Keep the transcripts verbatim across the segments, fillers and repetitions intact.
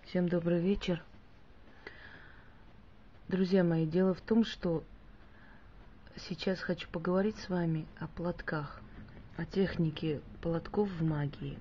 Всем добрый вечер. Друзья мои, дело в том, что сейчас хочу поговорить с вами о платках, о технике платков в магии.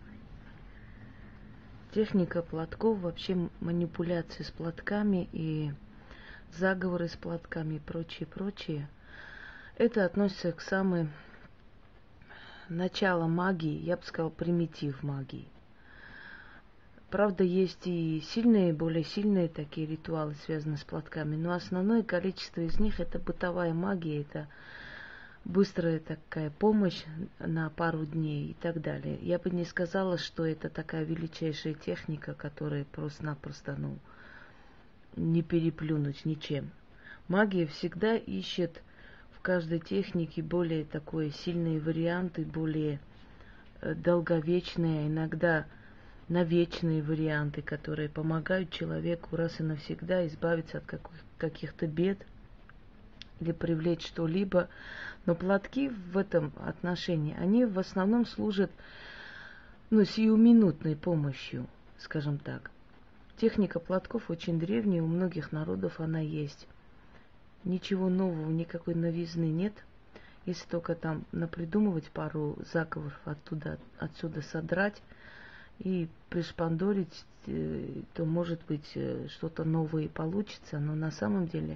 Техника платков, вообще манипуляции с платками и заговоры с платками и прочее, прочее. Это относится к самым началу магии, я бы сказала, примитив магии. Правда, есть и сильные, более сильные такие ритуалы, связанные с платками, но основное количество из них это бытовая магия, это быстрая такая помощь на пару дней и так далее. Я бы не сказала, что это такая величайшая техника, которая просто-напросто, ну, не переплюнуть ничем. Магия всегда ищет в каждой технике более такой сильные варианты, более долговечные, иногда на вечные варианты, которые помогают человеку раз и навсегда избавиться от каких-то бед или привлечь что-либо. Но платки в этом отношении, они в основном служат, ну, сиюминутной помощью, скажем так. Техника платков очень древняя, у многих народов она есть. Ничего нового, никакой новизны нет. Если только там напридумывать пару заговоров оттуда, отсюда содрать, и пришпандорить, то, может быть, что-то новое получится, но на самом деле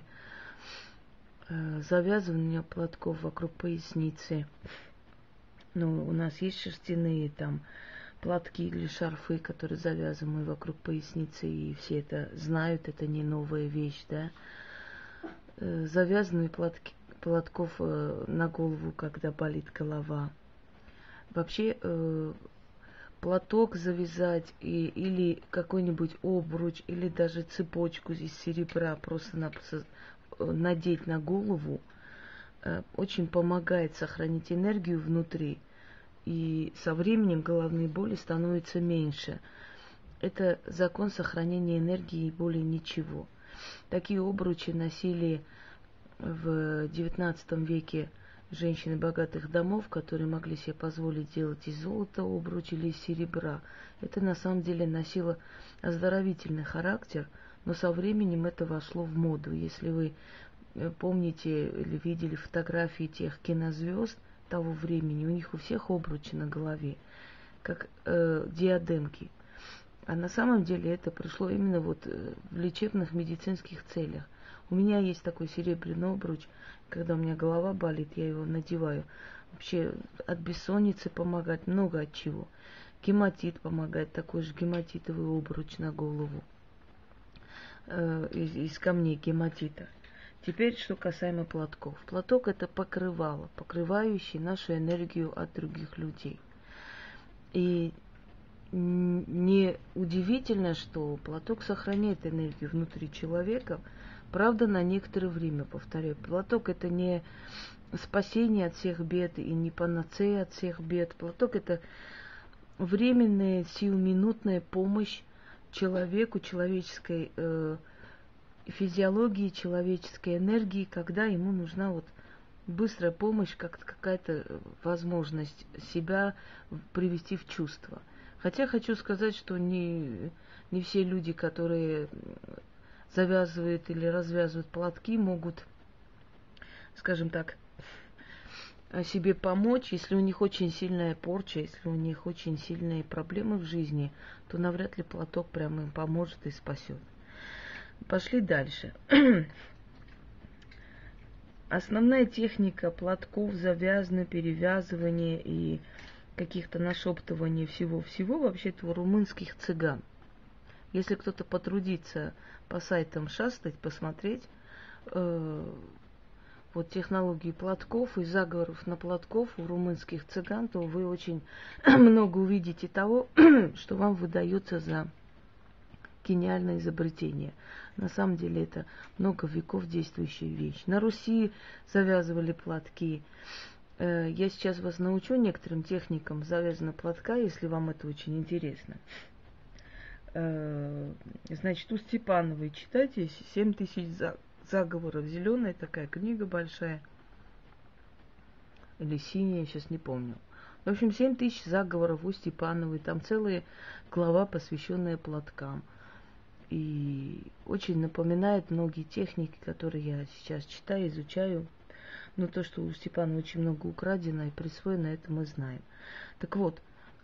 завязывание платков вокруг поясницы, ну, у нас есть шерстяные там платки или шарфы, которые завязаны вокруг поясницы, и все это знают, это не новая вещь, да. Завязанные платки, платков на голову, когда болит голова. Вообще, платок завязать и, или какой-нибудь обруч, или даже цепочку из серебра просто-напросто надеть на голову, очень помогает сохранить энергию внутри, и со временем головные боли становятся меньше. Это закон сохранения энергии и более ничего. Такие обручи носили в девятнадцатом веке женщины богатых домов, которые могли себе позволить делать из золота обруч или из серебра. Это на самом деле носило оздоровительный характер, но со временем это вошло в моду. Если вы помните или видели фотографии тех кинозвезд того времени, у них у всех обручи на голове, как э, диадемки. А на самом деле это пришло именно вот в лечебных медицинских целях. У меня есть такой серебряный обруч, когда у меня голова болит, я его надеваю. Вообще от бессонницы помогает, много от чего. Гематит помогает, такой же гематитовый обруч на голову, э, из, из камней гематита. Теперь, что касаемо платков. Платок это покрывало, покрывающий нашу энергию от других людей. И не удивительно, что платок сохраняет энергию внутри человека, правда, на некоторое время, повторяю. Платок это не спасение от всех бед и не панацея от всех бед. Платок это временная, сиюминутная помощь человеку, человеческой э, физиологии, человеческой энергии, когда ему нужна вот быстрая помощь, как какая-то возможность себя привести в чувство. Хотя хочу сказать, что не, не все люди, которые завязывают или развязывают платки, могут, скажем так, себе помочь. Если у них очень сильная порча, если у них очень сильные проблемы в жизни, то навряд ли платок прямо им поможет и спасет. Пошли дальше. Основная техника платков, завязывания, перевязывания и каких-то нашептываний всего-всего вообще-то у румынских цыган. Если кто-то потрудится по сайтам шастать, посмотреть э, вот технологии платков и заговоров на платков у румынских цыган, то вы очень много увидите того, что вам выдается за гениальное изобретение. На самом деле это много веков действующая вещь. На Руси завязывали платки. Я сейчас вас научу некоторым техникам завязанного платка, если вам это очень интересно. Значит, у Степановой читайте «Семь тысяч заговоров». Зеленая такая книга большая. Или синяя, сейчас не помню. В общем, «Семь тысяч заговоров» у Степановой. Там целая глава, посвященная платкам. И очень напоминает многие техники, которые я сейчас читаю, изучаю. Но то, что у Степана очень много украдено и присвоено, это мы знаем. Так вот,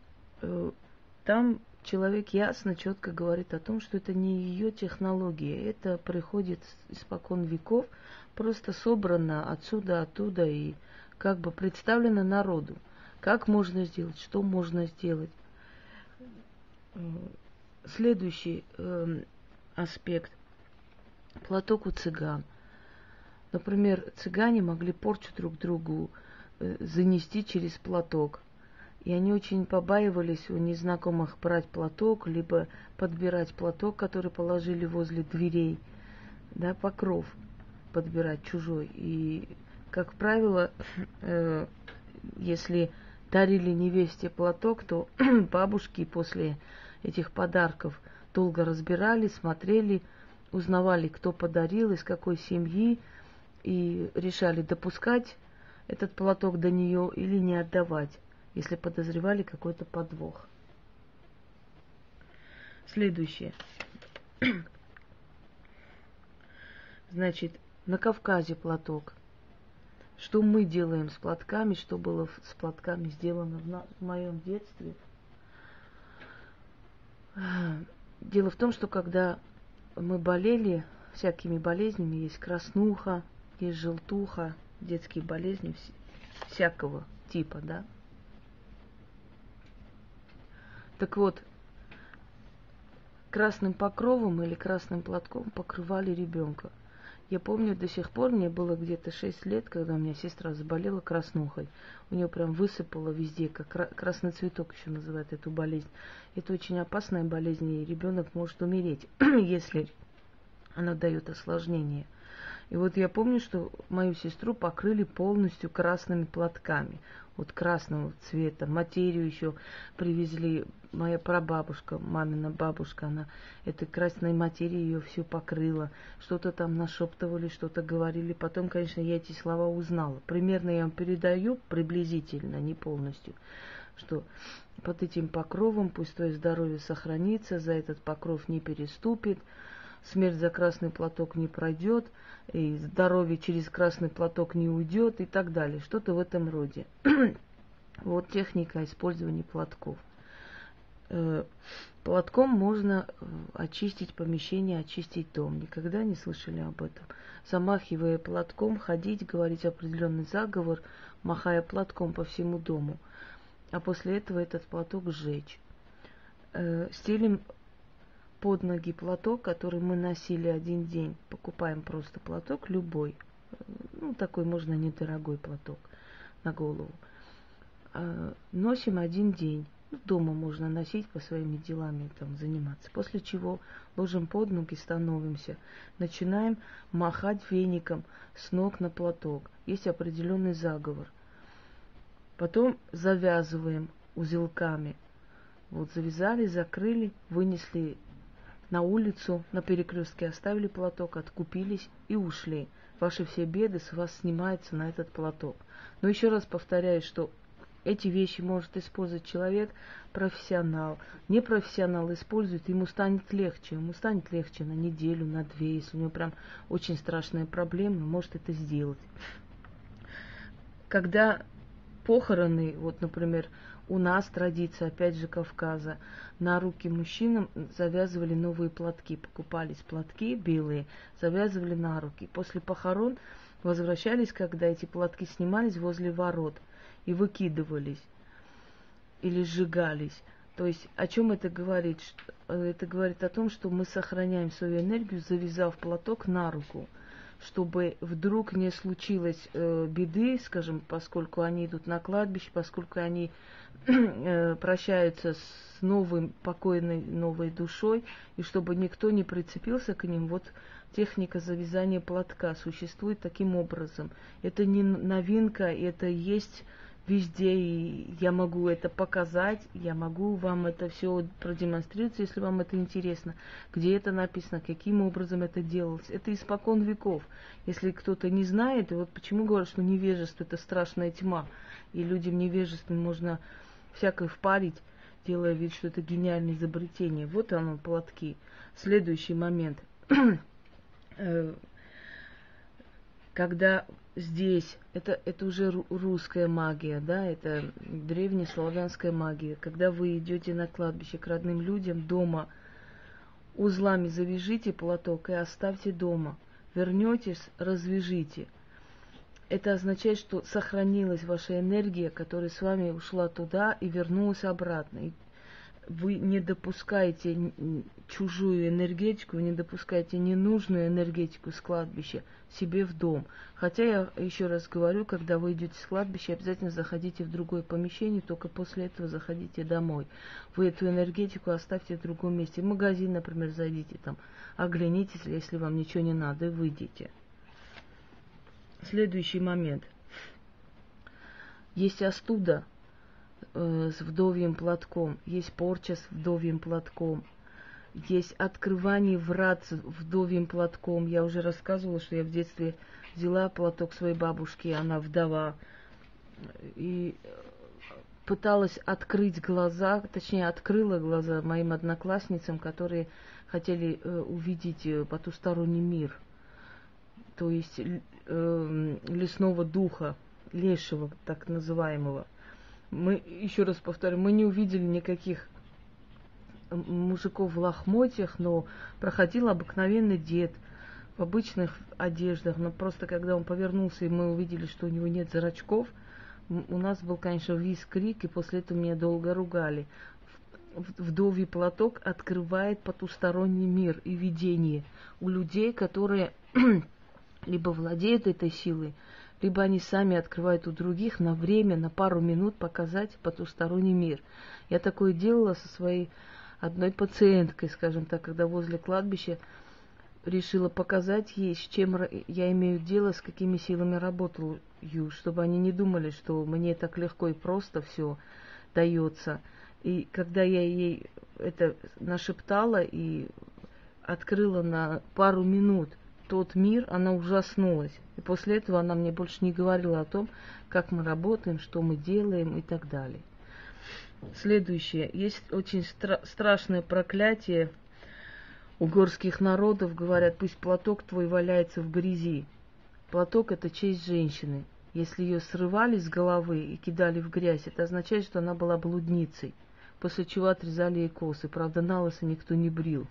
там человек ясно, четко говорит о том, что это не ее технология, это приходит испокон веков, просто собрано отсюда, оттуда и как бы представлено народу. Как можно сделать, что можно сделать. Следующий э, аспект. Платок у цыган. Например, цыгане могли порчу друг другу э, занести через платок. И они очень побаивались у незнакомых брать платок, либо подбирать платок, который положили возле дверей, да, покров подбирать чужой. И, как правило, э, если дарили невесте платок, то бабушки после этих подарков долго разбирали, смотрели, узнавали, кто подарил, из какой семьи, и решали, допускать этот платок до нее или не отдавать, если подозревали какой-то подвох. Следующее. Значит, на Кавказе платок. Что мы делаем с платками, что было с платками сделано в, на, в моем детстве. Дело в том, что когда мы болели всякими болезнями, есть краснуха, есть желтуха, детские болезни всякого типа, да. Так вот, красным покровом или красным платком покрывали ребенка. Я помню, до сих пор, мне было где-то шесть лет, когда у меня сестра заболела краснухой. У нее прям высыпало везде, как красный цветок еще называют эту болезнь. Это очень опасная болезнь, и ребенок может умереть, если она дает осложнение. И вот я помню, что мою сестру покрыли полностью красными платками. Вот красного цвета. Материю еще привезли. Моя прабабушка, мамина бабушка, она этой красной материей ее все покрыла. Что-то там нашептывали, что-то говорили. Потом, конечно, я эти слова узнала. Примерно я вам передаю, приблизительно, не полностью, что под этим покровом пусть твое здоровье сохранится, за этот покров не переступит, смерть за красный платок не пройдет, и здоровье через красный платок не уйдет и так далее. Что-то в этом роде. Вот техника использования платков. Платком можно очистить помещение, очистить дом. Никогда не слышали об этом. Замахивая платком, ходить, говорить определенный заговор, махая платком по всему дому. А после этого этот платок сжечь. Стелим под ноги платок, который мы носили один день. Покупаем просто платок любой. Ну, такой можно недорогой платок на голову. Носим один день. Дома можно носить по своими делами, там, заниматься. После чего ложим под ноги, становимся. Начинаем махать веником с ног на платок. Есть определенный заговор. Потом завязываем узелками. Вот завязали, закрыли, вынесли на улицу, на перекрестке, оставили платок, откупились и ушли. Ваши все беды с вас снимаются на этот платок. Но еще раз повторяю, что эти вещи может использовать человек, профессионал. Непрофессионал использует, ему станет легче. Ему станет легче на неделю, на две. Если у него прям очень страшная проблема, может это сделать. Когда похороны, вот, например, у нас традиция, опять же, Кавказа, на руки мужчинам завязывали новые платки. Покупались платки белые, завязывали на руки. После похорон возвращались, когда эти платки снимались возле ворот и выкидывались или сжигались. То есть о чем это говорит? Это говорит о том, что мы сохраняем свою энергию, завязав платок на руку, чтобы вдруг не случилось э, беды, скажем, поскольку они идут на кладбище, поскольку они э, прощаются с новым, покойной новой душой, и чтобы никто не прицепился к ним. Вот техника завязания платка существует таким образом. Это не новинка, это есть везде, и я могу это показать, я могу вам это все продемонстрировать, если вам это интересно. Где это написано, каким образом это делалось. Это испокон веков. Если кто-то не знает, и вот почему говорят, что невежество – это страшная тьма, и людям невежественным можно всякое впарить, делая вид, что это гениальное изобретение. Вот оно, платки. Следующий момент. Когда здесь, это, это уже русская магия, да, это древнеславянская магия. Когда вы идете на кладбище к родным людям, дома узлами завяжите платок и оставьте дома. Вернетесь, развяжите. Это означает, что сохранилась ваша энергия, которая с вами ушла туда и вернулась обратно. И вы не допускаете чужую энергетику, вы не допускаете ненужную энергетику с кладбища себе в дом. Хотя я еще раз говорю, когда вы идете с кладбища, обязательно заходите в другое помещение, только после этого заходите домой. Вы эту энергетику оставьте в другом месте. В магазин, например, зайдите там, оглянитесь, если вам ничего не надо, и выйдите. Следующий момент. Есть остуда э, с вдовьим платком, есть порча с вдовьим платком, есть открывание врат с вдовьим платком. Я уже рассказывала, что я в детстве взяла платок своей бабушки, она вдова, и пыталась открыть глаза, точнее открыла глаза моим одноклассницам, которые хотели э, увидеть э, потусторонний мир, то есть э, лесного духа, лешего, так называемого. Мы, еще раз повторю, мы не увидели никаких мужиков в лохмотьях, но проходил обыкновенный дед в обычных одеждах, но просто когда он повернулся, и мы увидели, что у него нет зрачков, у нас был, конечно, визг, крик, и после этого меня долго ругали. Вдовий платок открывает потусторонний мир и видение у людей, которые либо владеют этой силой, либо они сами открывают у других на время, на пару минут показать потусторонний мир. Я такое делала со своей одной пациенткой, скажем так, когда возле кладбища решила показать ей, с чем я имею дело, с какими силами работаю, чтобы они не думали, что мне так легко и просто все дается. И когда я ей это нашептала и открыла на пару минут тот мир, она ужаснулась. И после этого она мне больше не говорила о том, как мы работаем, что мы делаем и так далее. Следующее. Есть очень стра- страшное проклятие у горских народов. Говорят, пусть платок твой валяется в грязи. Платок – это честь женщины. Если ее срывали с головы и кидали в грязь, это означает, что она была блудницей. После чего отрезали ей косы. Правда, на лысо никто не брил.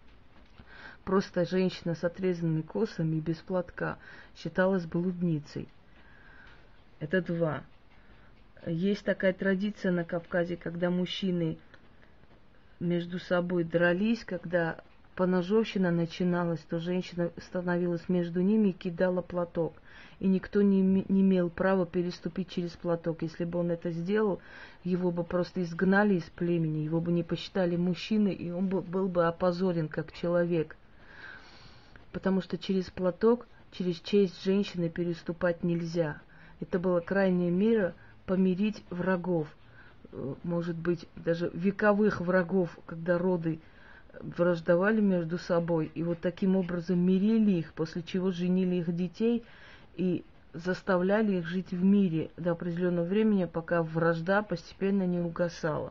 Просто женщина с отрезанными косами и без платка считалась блудницей. Это два. Есть такая традиция на Кавказе, когда мужчины между собой дрались, когда поножовщина начиналась, то женщина становилась между ними и кидала платок. И никто не, не имел права переступить через платок. Если бы он это сделал, его бы просто изгнали из племени, его бы не посчитали мужчиной, и он бы, был бы опозорен как человек. Потому что через платок, через честь женщины переступать нельзя. Это была крайняя мера помирить врагов. Может быть, даже вековых врагов, когда роды враждовали между собой. И вот таким образом мирили их, после чего женили их детей и заставляли их жить в мире до определенного времени, пока вражда постепенно не угасала.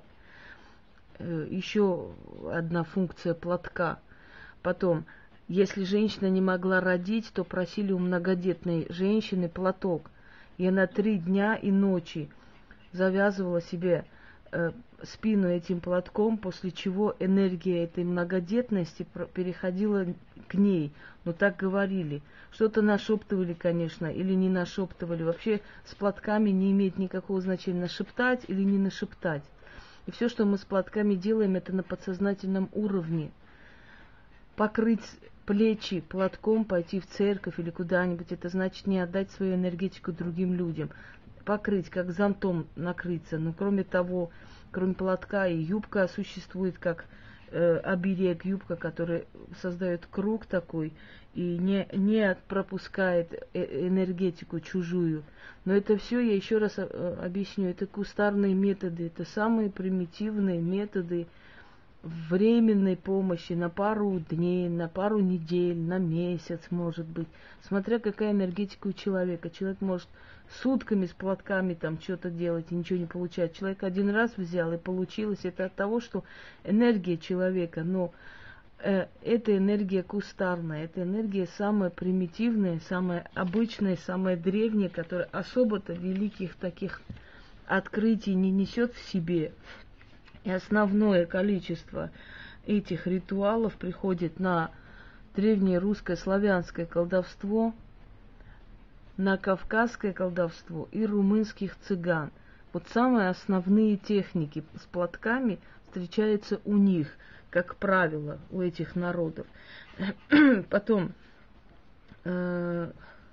Еще одна функция платка. Потом, если женщина не могла родить, то просили у многодетной женщины платок. И она три дня и ночи завязывала себе э, спину этим платком, после чего энергия этой многодетности переходила к ней. Но так говорили. Что-то нашептывали, конечно, или не нашептывали. Вообще с платками не имеет никакого значения, нашептать или не нашептать. И все, что мы с платками делаем, это на подсознательном уровне. Покрыть плечи платком, пойти в церковь или куда-нибудь, это значит не отдать свою энергетику другим людям. Покрыть, как зонтом накрыться. Но кроме того, кроме платка и юбка существует как э, оберег, юбка, которая создает круг такой и не, не пропускает э, энергетику чужую. Но это все, я еще раз э, объясню, это кустарные методы, это самые примитивные методы временной помощи на пару дней, на пару недель, на месяц, может быть, смотря какая энергетика у человека. Человек может сутками с платками там что-то делать и ничего не получать. Человек один раз взял и получилось. Это от того, что энергия человека, но э, эта энергия кустарная, эта энергия самая примитивная, самая обычная, самая древняя, которая особо-то великих таких открытий не несет в себе. И основное количество этих ритуалов приходит на древнее русское славянское колдовство, на кавказское колдовство и румынских цыган. Вот самые основные техники с платками встречаются у них, как правило, у этих народов. Потом, э,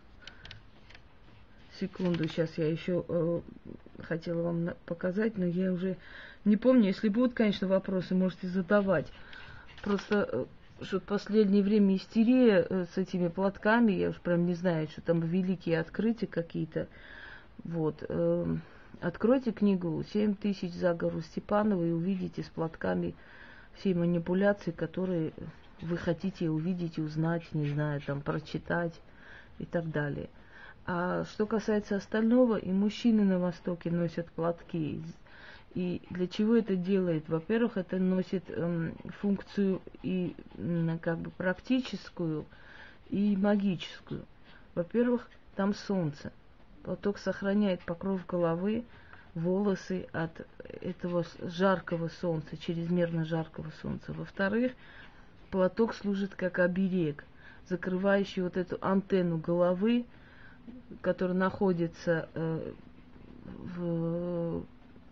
секунду, сейчас я еще э, хотела вам показать, но я уже не помню. Если будут, конечно, вопросы, можете задавать. Просто что в последнее время истерия с этими платками, я уж прям не знаю, что там великие открытия какие-то. Вот. Э, откройте книгу «Семь тысяч заговоров Степанова» и увидите с платками все манипуляции, которые вы хотите увидеть, узнать, не знаю, там, прочитать и так далее. А что касается остального, и мужчины на Востоке носят платки. И для чего это делает? Во-первых, это носит эм, функцию и э, как бы практическую, и магическую. Во-первых, там солнце. Платок сохраняет покров головы, волосы от этого жаркого солнца, чрезмерно жаркого солнца. Во-вторых, платок служит как оберег, закрывающий вот эту антенну головы, которая находится э, в...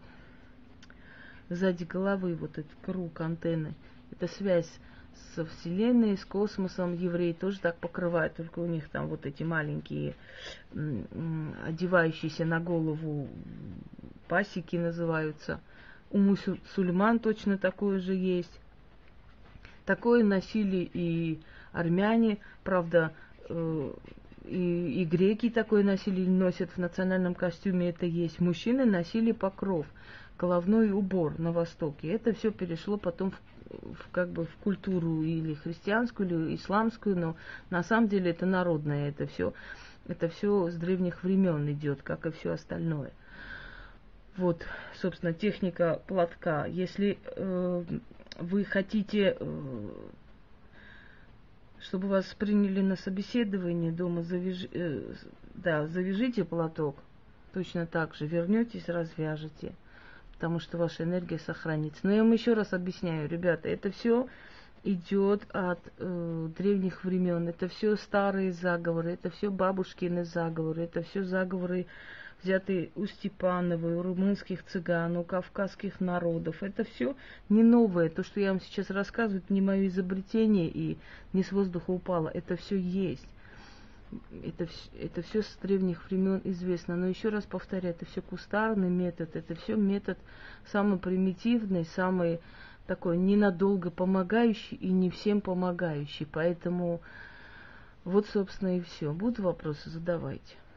сзади головы, вот этот круг антенны. Это связь со Вселенной, с космосом. Евреи тоже так покрывают, только у них там вот эти маленькие, одевающиеся на голову пасеки называются. У мусульман точно такое же есть. Такое носили и армяне, правда, и, и греки такое носили, носят в национальном костюме, это есть. Мужчины носили покров, головной убор на Востоке. Это все перешло потом в, в, как бы в культуру или христианскую, или исламскую, но на самом деле это народное, это все, это все с древних времен идет, как и все остальное. Вот, собственно, техника платка. Если э, вы хотите, э, чтобы вас приняли на собеседование дома, завяж, э, да, завяжите платок, точно так же вернетесь, развяжете, потому что ваша энергия сохранится. Но я вам еще раз объясняю, ребята, это все идет от э, древних времен, это все старые заговоры, это все бабушкины заговоры, это все заговоры, взятые у Степанова, у румынских цыган, у кавказских народов. Это все не новое. То, что я вам сейчас рассказываю, это не мое изобретение и не с воздуха упало. Это все есть. Это, это все с древних времен известно. Но еще раз повторяю, это все кустарный метод. Это все метод самый примитивный, самый такой ненадолго помогающий и не всем помогающий. Поэтому вот, собственно, и все. Будут вопросы, задавайте.